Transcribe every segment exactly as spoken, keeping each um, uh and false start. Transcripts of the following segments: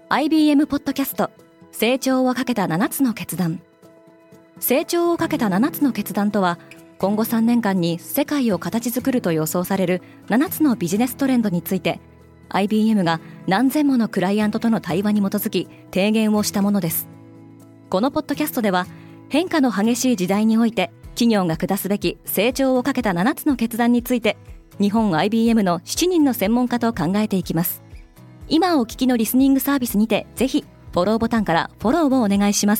アイビーエム ポッドキャスト成長をかけたななつの決断。成長をかけたななつの決断とは、今後さんねんかんに世界を形作ると予想されるななつのビジネストレンドについて アイビーエム が何千ものクライアントとの対話に基づき提言をしたものです。このポッドキャストでは、変化の激しい時代において企業が下すべき成長をかけたななつの決断について、日本 アイビーエム のしちにんの専門家と考えていきます。今お聞きのリスニングサービスにて、ぜひフォローボタンからフォローをお願いします。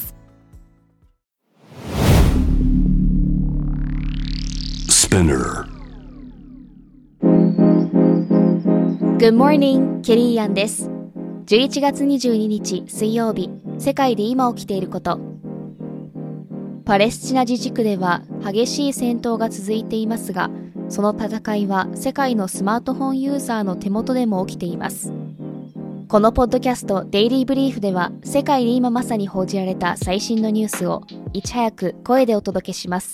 Good morning, ケリーアンです。じゅういちがつにじゅうににち水曜日、世界で今起きていること。パレスチナ自治区では激しい戦闘が続いていますが、その戦いは世界のスマートフォンユーザーの手元でも起きています。このポッドキャストデイリーブリーフでは、世界で今まさに報じられた最新のニュースをいち早く声でお届けします。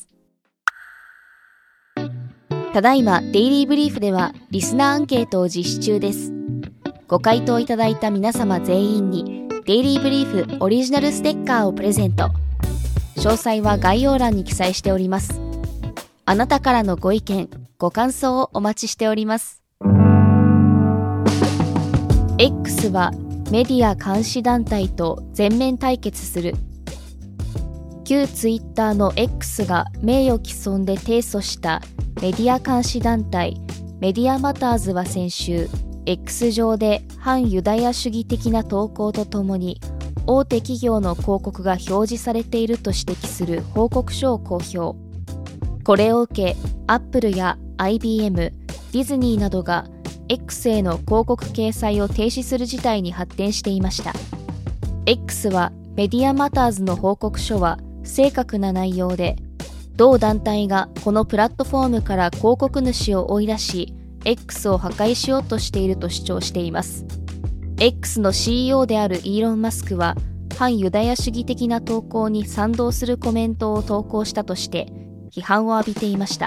ただいまデイリーブリーフではリスナーアンケートを実施中です。ご回答いただいた皆様全員にデイリーブリーフオリジナルステッカーをプレゼント。詳細は概要欄に記載しております。あなたからのご意見、ご感想をお待ちしております。X はメディア監視団体と全面対決する。旧ツイッターの X が名誉毀損で提訴したメディア監視団体メディアマターズは先週、X 上で反ユダヤ主義的な投稿とともに大手企業の広告が表示されていると指摘する報告書を公表。これを受け、アップルや アイビーエム、ディズニーなどがX への広告掲載を停止する事態に発展していました。X はメディアマターズの報告書は不正確な内容で、同団体がこのプラットフォームから広告主を追い出し、X を破壊しようとしていると主張しています。X の シーイーオー であるイーロン・マスクは、反ユダヤ主義的な投稿に賛同するコメントを投稿したとして批判を浴びていました。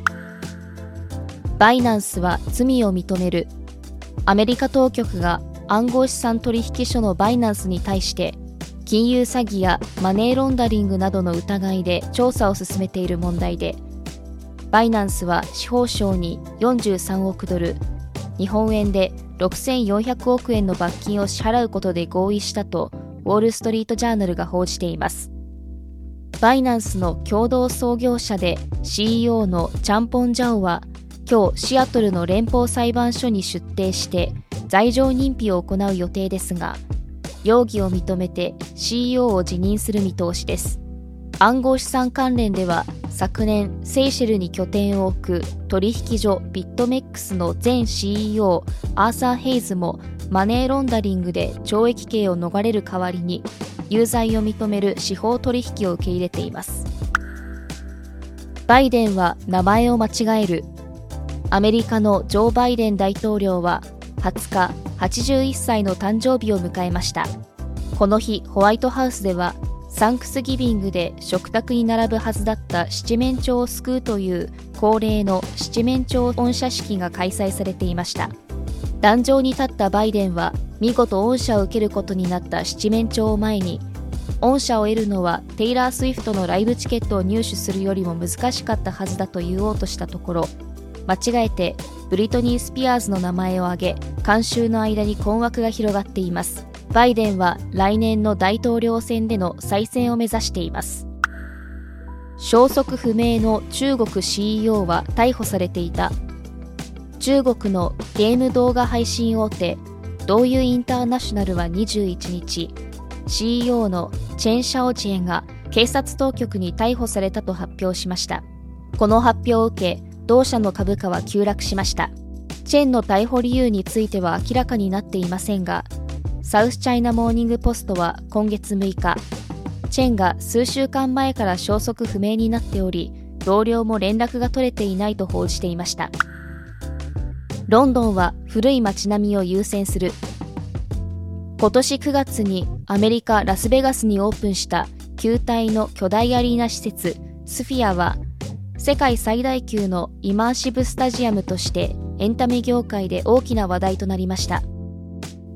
バイナンスは罪を認める。アメリカ当局が暗号資産取引所のバイナンスに対して金融詐欺やマネーロンダリングなどの疑いで調査を進めている問題で、バイナンスは司法省によんじゅうさんおくドル、日本円でろくせんよんひゃくおくえんの罰金を支払うことで合意したとウォールストリートジャーナルが報じています。バイナンスの共同創業者で シーイーオー のチャンポン・ジャオは今日シアトルの連邦裁判所に出廷して罪状認否を行う予定ですが、容疑を認めて シーイーオー を辞任する見通しです。暗号資産関連では昨年セイシェルに拠点を置く取引所ビットメックスの前 シーイーオー アーサー・ヘイズもマネーロンダリングで懲役刑を逃れる代わりに有罪を認める司法取引を受け入れています。バイデンは名前を間違える。アメリカのジョー・バイデン大統領ははつかはちじゅういっさいの誕生日を迎えました。この日、ホワイトハウスではサンクスギビングで食卓に並ぶはずだった七面鳥を救うという恒例の七面鳥恩赦式が開催されていました。壇上に立ったバイデンは見事恩赦を受けることになった七面鳥を前に、恩赦を得るのはテイラー・スウィフトのライブチケットを入手するよりも難しかったはずだと言おうとしたところ、間違えてブリトニー・スピアーズの名前を挙げ、観衆の間に困惑が広がっています。バイデンは来年の大統領選での再選を目指しています。消息不明の中国 シーイーオー は逮捕されていた。中国のゲーム動画配信大手ドウユインターナショナルはにじゅういちにち、シーイーオー のチェン・シャオチェンが警察当局に逮捕されたと発表しました。この発表を受け、同社の株価は急落しました。チェンの逮捕理由については明らかになっていませんが、サウスチャイナモーニングポストは今月むいか、チェンが数週間前から消息不明になっており、同僚も連絡が取れていないと報じていました。ロンドンは古い街並みを優先する。今年くがつにアメリカ・ラスベガスにオープンした球体の巨大アリーナ施設スフィアは、世界最大級のイマーシブスタジアムとしてエンタメ業界で大きな話題となりました。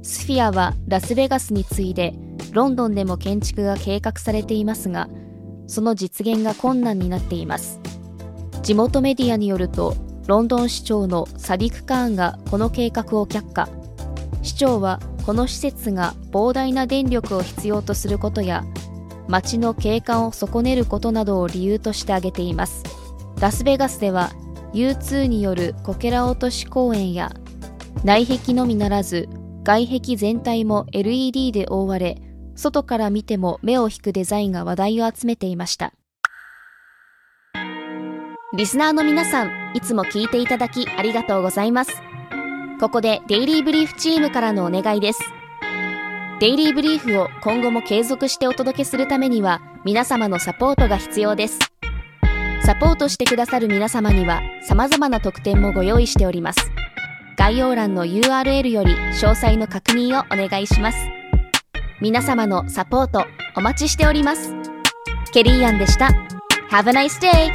スフィアはラスベガスに次いでロンドンでも建築が計画されていますが、その実現が困難になっています。地元メディアによると、ロンドン市長のサディク・カーンがこの計画を却下。市長はこの施設が膨大な電力を必要とすることや、街の景観を損ねることなどを理由として挙げています。ラスベガスでは ユーツー によるこけら落とし公園や、内壁のみならず外壁全体も エルイーディー で覆われ、外から見ても目を引くデザインが話題を集めていました。リスナーの皆さん、いつも聞いていただきありがとうございます。ここでデイリーブリーフチームからのお願いです。デイリーブリーフを今後も継続してお届けするためには、皆様のサポートが必要です。サポートしてくださる皆様には様々な特典もご用意しております。概要欄の ユーアールエル より詳細の確認をお願いします。皆様のサポートお待ちしております。ケリーアンでした。Have a nice day!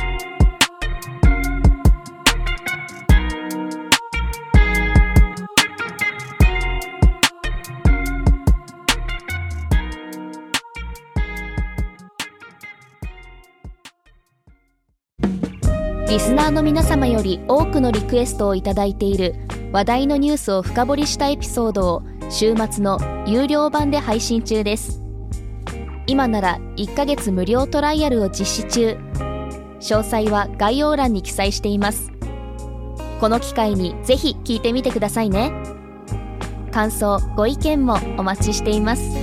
リスナーの皆様より多くのリクエストをいただいている話題のニュースを深掘りしたエピソードを週末の有料版で配信中です。今ならいっかげつ無料トライアルを実施中。詳細は概要欄に記載しています。この機会にぜひ聞いてみてくださいね。感想、ご意見もお待ちしています。